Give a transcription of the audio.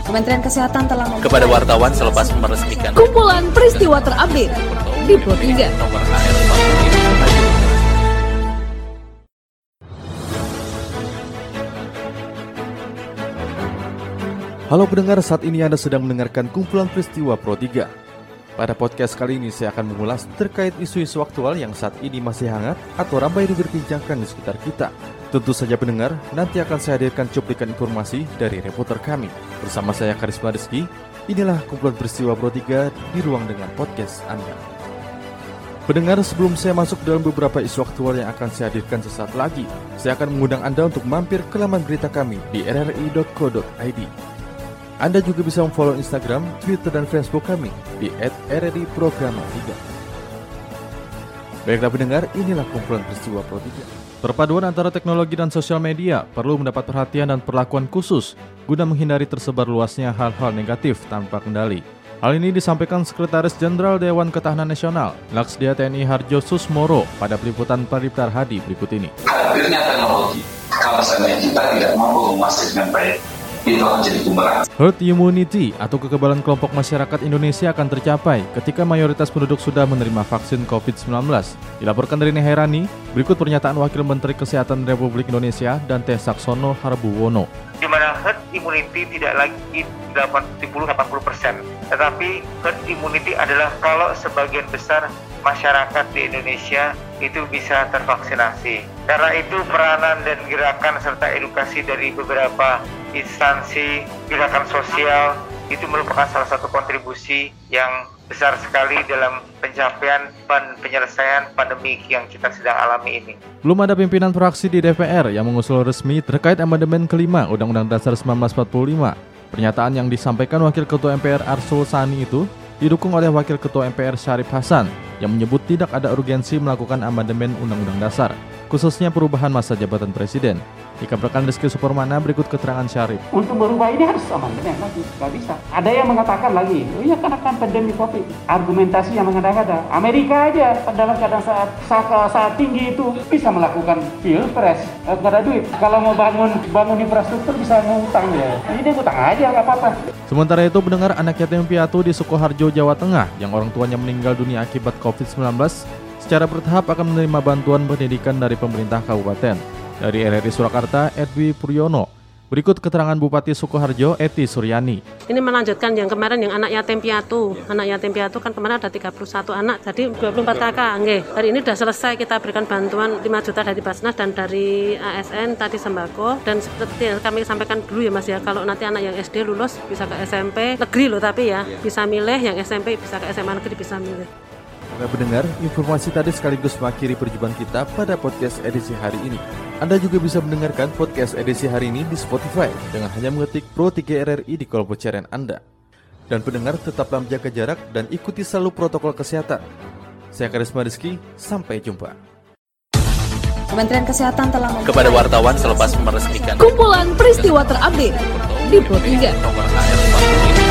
Kementerian Kesehatan telah kepada wartawan selepas meresmikan kumpulan peristiwa terupdate di Pro 3. Halo pendengar, saat ini Anda sedang mendengarkan kumpulan peristiwa Pro 3. Pada podcast kali ini saya akan mengulas terkait isu-isu aktual yang saat ini masih hangat atau ramai diperbincangkan di sekitar kita. Tentu saja pendengar, nanti akan saya hadirkan cuplikan informasi dari reporter kami. Bersama saya Karisma Rizky, inilah kumpulan peristiwa Pro 3 di ruang dengan podcast Anda. Pendengar, sebelum saya masuk dalam beberapa isu aktual yang akan saya hadirkan sesaat lagi, saya akan mengundang Anda untuk mampir ke laman berita kami di rri.co.id. Anda juga bisa memfollow Instagram, Twitter, dan Facebook kami di @rri_programa3. Baiklah pendengar, inilah kumpulan peristiwa Pro 3. Perpaduan antara teknologi dan sosial media perlu mendapat perhatian dan perlakuan khusus guna menghindari tersebar luasnya hal-hal negatif tanpa kendali. Hal ini disampaikan Sekretaris Jenderal Dewan Ketahanan Nasional, Laksdia TNI Harjo Susmoro pada peliputan Pradiptar Hadi berikut ini. Hadirnya teknologi, kalau seandainya kita tidak mampu menguasai dengan baik, itu akan jadi bumerang. Herd immunity atau kekebalan kelompok masyarakat Indonesia akan tercapai ketika mayoritas penduduk sudah menerima vaksin COVID-19. Dilaporkan dari Neherani, berikut pernyataan Wakil Menteri Kesehatan Republik Indonesia Dante Saxono Harbuwono. Di mana herd immunity tidak lagi 70-80%, tetapi herd immunity adalah kalau sebagian besar masyarakat di Indonesia itu bisa tervaksinasi. Karena itu peranan dan gerakan serta edukasi dari beberapa instansi, gerakan sosial itu merupakan salah satu kontribusi yang besar sekali dalam pencapaian penyelesaian pandemi yang kita sedang alami ini. Belum ada pimpinan fraksi di DPR yang mengusul resmi terkait amandemen kelima Undang-Undang Dasar 1945. Pernyataan yang disampaikan Wakil Ketua MPR Arsul Sani itu didukung oleh Wakil Ketua MPR Syarif Hasan yang menyebut tidak ada urgensi melakukan amandemen Undang-Undang Dasar, khususnya perubahan masa jabatan Presiden. Dikabarkan Rizky Supermana, berikut keterangan Syarif. Untuk merubah ini harus amandemen lagi, nggak bisa. Ada yang mengatakan lagi, iya karena kan pandemi COVID. Argumentasi yang mengada-ngada. Amerika aja dalam keadaan saat tinggi itu bisa melakukan pilpres, nggak ada duit. Kalau mau bangun infrastruktur bisa ngutang ya. Ini ngutang aja, nggak apa-apa. Sementara itu, pendengar, anak yatim piatu di Sukoharjo, Jawa Tengah yang orang tuanya meninggal dunia akibat COVID-19 secara bertahap akan menerima bantuan pendidikan dari pemerintah kabupaten. Dari RRI Surakarta, Edwi Puryono. Berikut keterangan Bupati Sukoharjo, Eti Suryani. Ini melanjutkan yang kemarin yang anak yatim piatu. Anak yatim piatu kan kemarin ada 31 anak, jadi 24 kakak. Nggih. Hari ini sudah selesai, kita berikan bantuan 5 juta dari Basnas dan dari ASN tadi sembako. Dan seperti yang kami sampaikan dulu ya Mas ya, kalau nanti anak yang SD lulus bisa ke SMP negeri loh, tapi ya bisa milih, yang SMP bisa ke SMA negeri bisa milih. Para pendengar, informasi tadi sekaligus mengakhiri perjumpaan kita pada podcast edisi hari ini. Anda juga bisa mendengarkan podcast edisi hari ini di Spotify dengan hanya mengetik Pro 3 RRI di kolom pencarian Anda. Dan pendengar, tetaplah menjaga jarak dan ikuti selalu protokol kesehatan. Saya Karisma Rizky, sampai jumpa. Kementerian Kesehatan telah kepada wartawan selepas meresmikan kumpulan peristiwa terupdate di Pro 3.